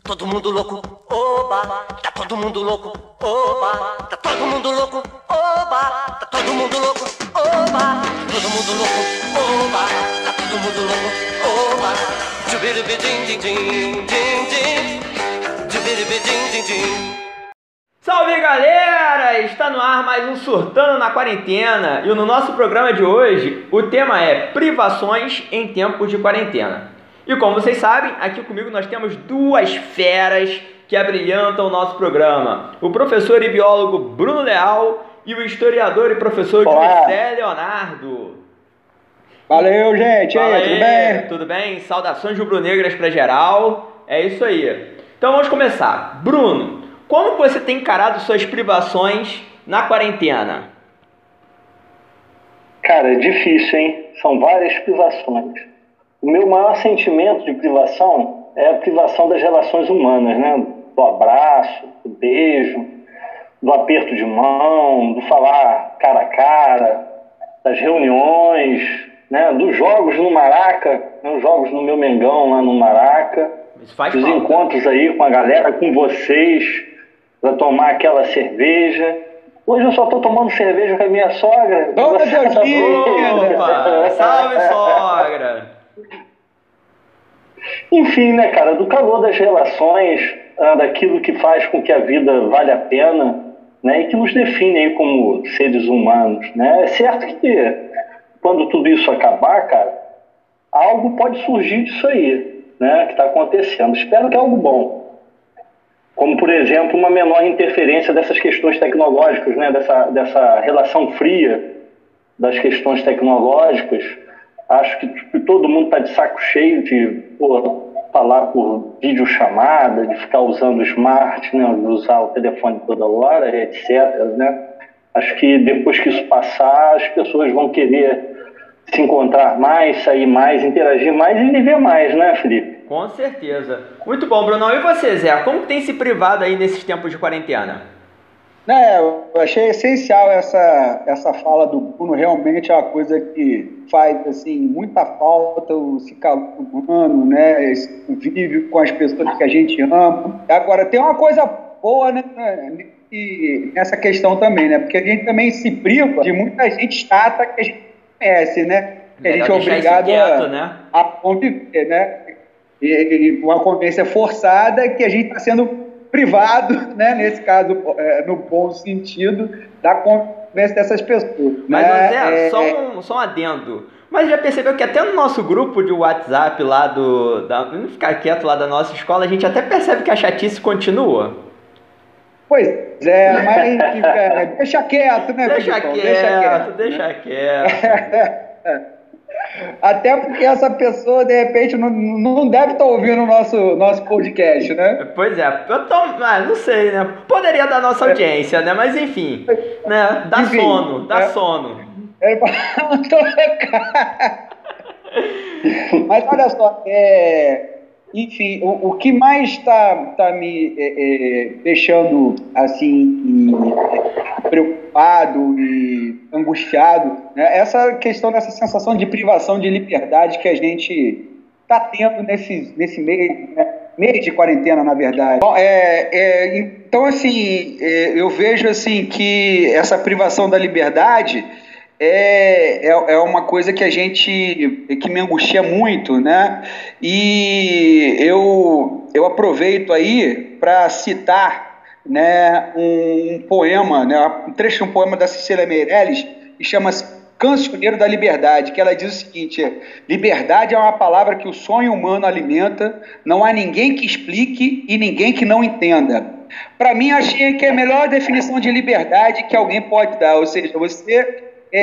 todo mundo louco, oba, tá todo mundo louco, oba, tá todo mundo louco, oba, tá todo mundo louco, oba, todo mundo louco, oba, tá todo mundo louco, oba, tchubiribidim-din-din, tchubiribidim-din-din. Salve galera! Está no ar mais um Surtando na Quarentena e no nosso programa de hoje o tema é privações em tempos de quarentena. E como vocês sabem, aqui comigo nós temos duas feras que abrilhantam o nosso programa. O professor e biólogo Bruno Leal e o historiador e professor José Leonardo. Valeu, gente! Fala aí, tudo bem? Tudo bem? Saudações rubro-negras para geral. É isso aí. Então vamos começar. Bruno, como você tem encarado suas privações na quarentena? Cara, é difícil, hein? São várias privações. O meu maior sentimento de privação é a privação das relações humanas, né? Do abraço, do beijo, do aperto de mão, do falar cara a cara, das reuniões, né? Dos jogos no Maraca, né? Os jogos no meu Mengão lá no Maraca, dos encontros aí com a galera, com vocês, para tomar aquela cerveja. Hoje eu só tô tomando cerveja com a minha sogra. Opa! Salve, sogra! Enfim, né, cara, do calor das relações, daquilo que faz com que a vida vale a pena, né, e que nos define aí como seres humanos, né? É certo que quando tudo isso acabar, cara, algo pode surgir disso aí, né, que está acontecendo. Espero que é algo bom. Como, por exemplo, uma menor interferência dessas questões tecnológicas, né, dessa relação fria das questões tecnológicas. Acho que todo mundo está de saco cheio de falar por videochamada, de ficar usando o smart, né, de usar o telefone toda hora, etc. Né? Acho que depois que isso passar, as pessoas vão querer se encontrar mais, sair mais, interagir mais e viver mais, né, Felipe? Com certeza. Muito bom, Brunão. E você, Zé? Como tem se privado aí nesses tempos de quarentena? Eu achei essencial essa fala do Bruno. Realmente é uma coisa que faz assim, muita falta, o se calor humano, né? Esse convívio com as pessoas que a gente ama. Agora, tem uma coisa boa, né? E nessa questão também, né? Porque a gente também se priva de muita gente chata que a gente conhece, né? Que a gente é obrigado a conviver, né? E uma convivência forçada que a gente está sendo privado, né, nesse caso, no bom sentido, da convivência dessas pessoas. Mas, Zé, só um adendo. Mas já percebeu que até no nosso grupo de WhatsApp lá vamos ficar quieto lá da nossa escola, a gente até percebe que a chatice continua? Pois é, mas deixa quieto, né, Deixa quieto. Até porque essa pessoa, de repente, não deve estar ouvindo o nosso podcast, né? Pois é, não sei, né? Poderia dar nossa audiência, né? Mas enfim, né? Dá sono. Mas olha só, enfim, o que mais está me deixando assim preocupado e angustiado, né? Essa questão dessa sensação de privação de liberdade que a gente está tendo nesse mês de quarentena, na verdade. Bom, então, assim, eu vejo assim que essa privação da liberdade é uma coisa que me angustia muito, né? E eu aproveito aí para citar, né, um poema, né, um trecho de um poema da Cecília Meirelles, que chama-se Cancioneiro da Liberdade, que ela diz o seguinte: liberdade é uma palavra que o sonho humano alimenta, não há ninguém que explique e ninguém que não entenda. Para mim, achei que é a melhor definição de liberdade que alguém pode dar, ou seja, você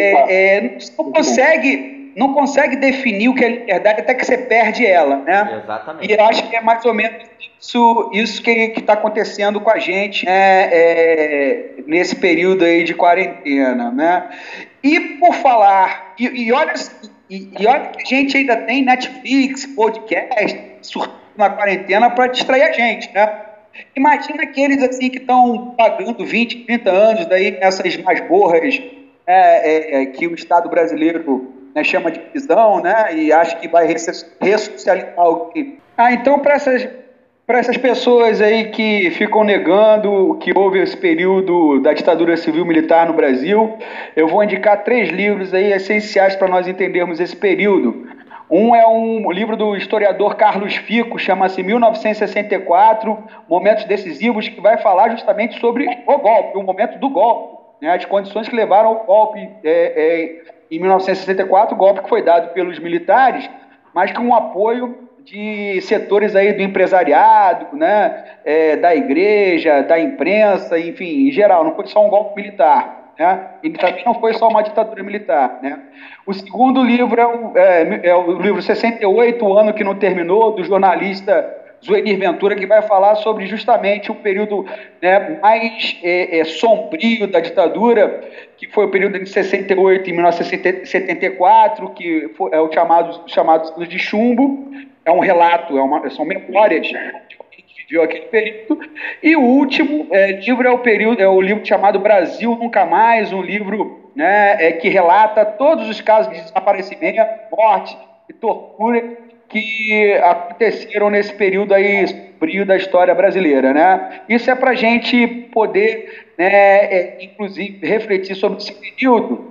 não consegue definir o que é liberdade até que você perde ela, né? Exatamente. E eu acho que é mais ou menos isso que está acontecendo com a gente, né, nesse período aí de quarentena, né? E por falar, olha que a gente ainda tem Netflix, podcast, Surtando na Quarentena para distrair a gente, né? Imagina aqueles assim que estão pagando 20, 30 anos daí nessas masmorras que o Estado brasileiro, né, chama de prisão, né, e acha que vai ressocializar alguém. Então, para essas Para essas pessoas aí que ficam negando que houve esse período da ditadura civil-militar no Brasil, eu vou indicar 3 livros aí essenciais para nós entendermos esse período. Um é um livro do historiador Carlos Fico, chama-se 1964, Momentos Decisivos, que vai falar justamente sobre o golpe, o momento do golpe, né, as condições que levaram ao golpe em 1964, o golpe que foi dado pelos militares, mas com o apoio de setores aí do empresariado, né, da igreja, da imprensa, enfim, em geral, não foi só um golpe militar, né, e também não foi só uma ditadura militar, né. O segundo livro é o livro 68, O Ano que Não Terminou, do jornalista Zuenir Ventura, que vai falar sobre justamente o período, né, mais sombrio da ditadura, que foi o período de 68 e 1974, que é o chamado anos de chumbo. É um relato, são memórias de quem viveu aquele período. E o último livro é o livro chamado Brasil Nunca Mais, um livro, né, que relata todos os casos de desaparecimento, morte e tortura que aconteceram nesse período aí sombrio da história brasileira, né? Isso é para a gente poder, né, inclusive, refletir sobre esse período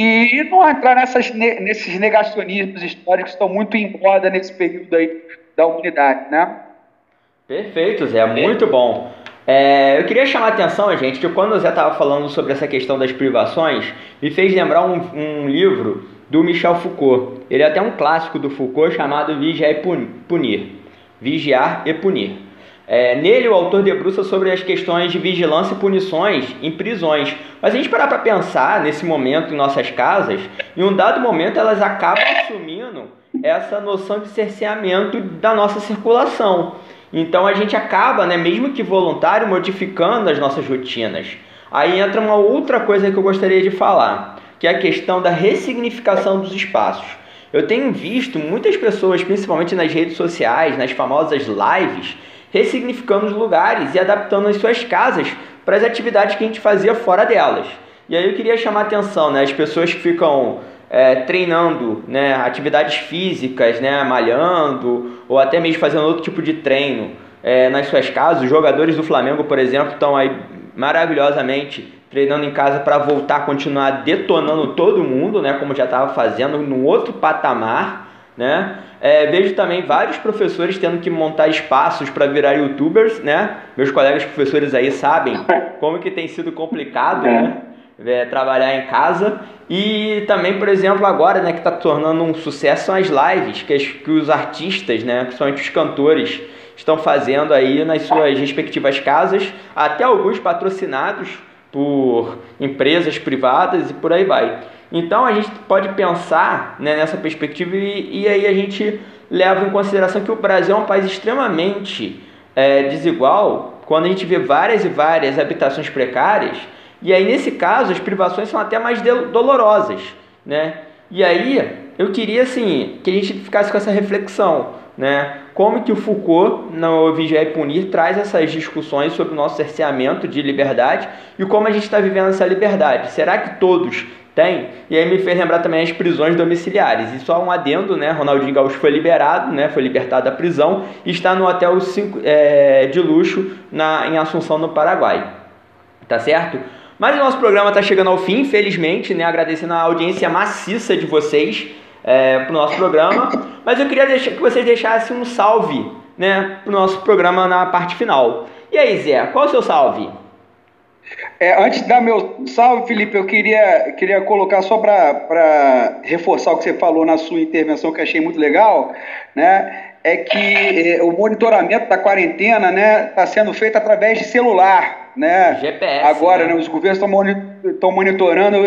e não entrar nesses negacionismos históricos que estão muito em moda nesse período aí da humanidade, né? Perfeito, Zé, muito bom. Eu queria chamar a atenção, gente, que quando o Zé estava falando sobre essa questão das privações, me fez lembrar um livro do Michel Foucault. Ele é até um clássico do Foucault chamado Vigiar e Punir. Vigiar e Punir. Nele, o autor debruça sobre as questões de vigilância e punições em prisões. Mas a gente parar para pensar nesse momento em nossas casas, em um dado momento elas acabam assumindo essa noção de cerceamento da nossa circulação. Então a gente acaba, né, mesmo que voluntário, modificando as nossas rotinas. Aí entra uma outra coisa que eu gostaria de falar, que é a questão da ressignificação dos espaços. Eu tenho visto muitas pessoas, principalmente nas redes sociais, nas famosas lives, ressignificando os lugares e adaptando as suas casas para as atividades que a gente fazia fora delas. E aí eu queria chamar a atenção, né, as pessoas que ficam treinando, né, atividades físicas, né, malhando, ou até mesmo fazendo outro tipo de treino nas suas casas. Os jogadores do Flamengo, por exemplo, estão aí maravilhosamente treinando em casa para voltar a continuar detonando todo mundo, né, como já estava fazendo, num outro patamar, né. Vejo também vários professores tendo que montar espaços para virar youtubers, né. Meus colegas professores aí sabem como que tem sido complicado, né, trabalhar em casa. E também, por exemplo, agora, né, que está tornando um sucesso são as lives que os artistas, né, principalmente os cantores, estão fazendo aí nas suas respectivas casas, até alguns patrocinados por empresas privadas e por aí vai. Então a gente pode pensar, né, nessa perspectiva e aí a gente leva em consideração que o Brasil é um país extremamente desigual, quando a gente vê várias e várias habitações precárias, e aí nesse caso as privações são até mais dolorosas, né? E aí eu queria assim que a gente ficasse com essa reflexão, né? Como que o Foucault, no Vigiar e Punir, traz essas discussões sobre o nosso cerceamento de liberdade e como a gente está vivendo essa liberdade. Será que todos têm? E aí me fez lembrar também as prisões domiciliares. E só um adendo, né? Ronaldinho Gaúcho foi liberado, né? Foi libertado da prisão e está no hotel de luxo em Assunção, no Paraguai. Tá certo? Mas o nosso programa está chegando ao fim, infelizmente, né? Agradecendo a audiência maciça de vocês para o nosso programa. Mas eu queria que vocês deixassem um salve, né, para o nosso programa na parte final. E aí, Zé, qual é o seu salve? Antes de dar meu salve, Felipe, eu queria colocar só para reforçar o que você falou na sua intervenção, que eu achei muito legal, né? É que o monitoramento da quarentena, né, está sendo feito através de celular, né? GPS. Agora, né, os governos estão monitorando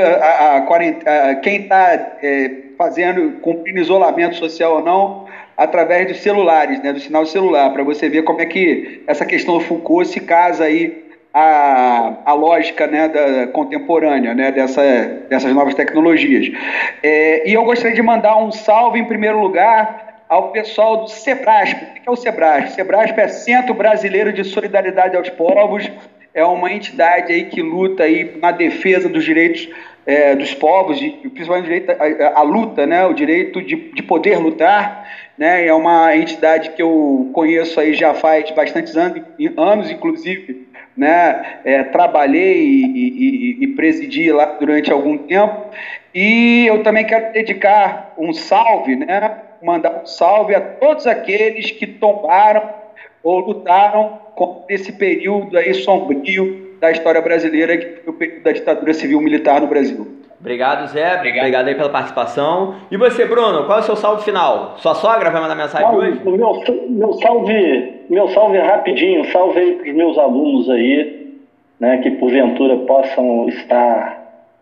quem está cumprindo isolamento social ou não, através dos celulares, né, do sinal celular, para você ver como é que essa questão do Foucault se casa aí a lógica, né, contemporânea, né, dessas novas tecnologias. E eu gostaria de mandar um salve, em primeiro lugar, ao pessoal do SEBRASP. O que é o SEBRASP? O SEBRASP é Centro Brasileiro de Solidariedade aos Povos, é uma entidade aí que luta aí na defesa dos direitos dos povos, principalmente a luta, né, o direito de poder lutar, né? É uma entidade que eu conheço aí já faz bastantes anos, inclusive, né? Trabalhei e presidi lá durante algum tempo. E eu também quero dedicar um salve, né? Mandar um salve a todos aqueles que tombaram ou lutaram contra esse período aí sombrio da história brasileira, que foi o período da ditadura civil-militar no Brasil. Obrigado, Zé. Obrigado aí pela participação. E você, Bruno, qual é o seu salve final? Sua sogra vai mandar mensagem hoje? Meu salve é rapidinho. Salve aí para os meus alunos aí, né, que porventura possam estar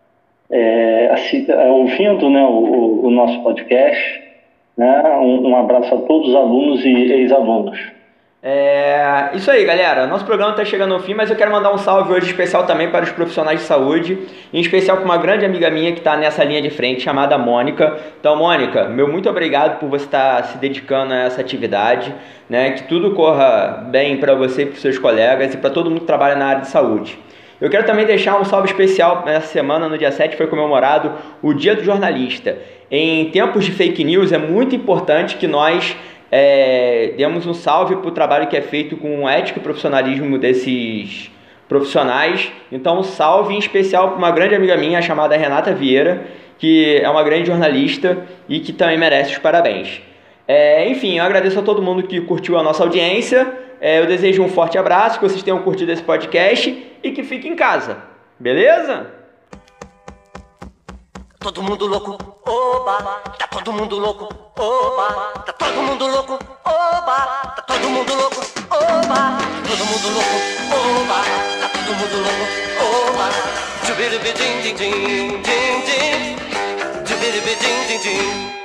ouvindo, né, o nosso podcast. Né? Um abraço a todos os alunos e ex-alunos. Isso aí, galera. Nosso programa está chegando ao fim, mas eu quero mandar um salve hoje especial também para os profissionais de saúde, em especial para uma grande amiga minha que está nessa linha de frente, chamada Mônica. Então, Mônica, meu muito obrigado por você estar se dedicando a essa atividade, né? Que tudo corra bem para você e para os seus colegas e para todo mundo que trabalha na área de saúde. Eu quero também deixar um salve especial. Nessa semana, no dia 7, foi comemorado o Dia do Jornalista. Em tempos de fake news, é muito importante que nós demos um salve para o trabalho que é feito com ética e profissionalismo desses profissionais. Então, um salve em especial para uma grande amiga minha chamada Renata Vieira, que é uma grande jornalista e que também merece os parabéns. Enfim, eu agradeço a todo mundo que curtiu a nossa audiência. Eu desejo um forte abraço, que vocês tenham curtido esse podcast e que fiquem em casa. Beleza? Todo mundo louco, oba, tá todo mundo louco, oba, tá todo mundo louco, oba, tá todo mundo louco, oba, todo mundo louco, oba, tá todo mundo louco, oba, tchubiribidim, din, din, din, din, tchubiribidim, din, din.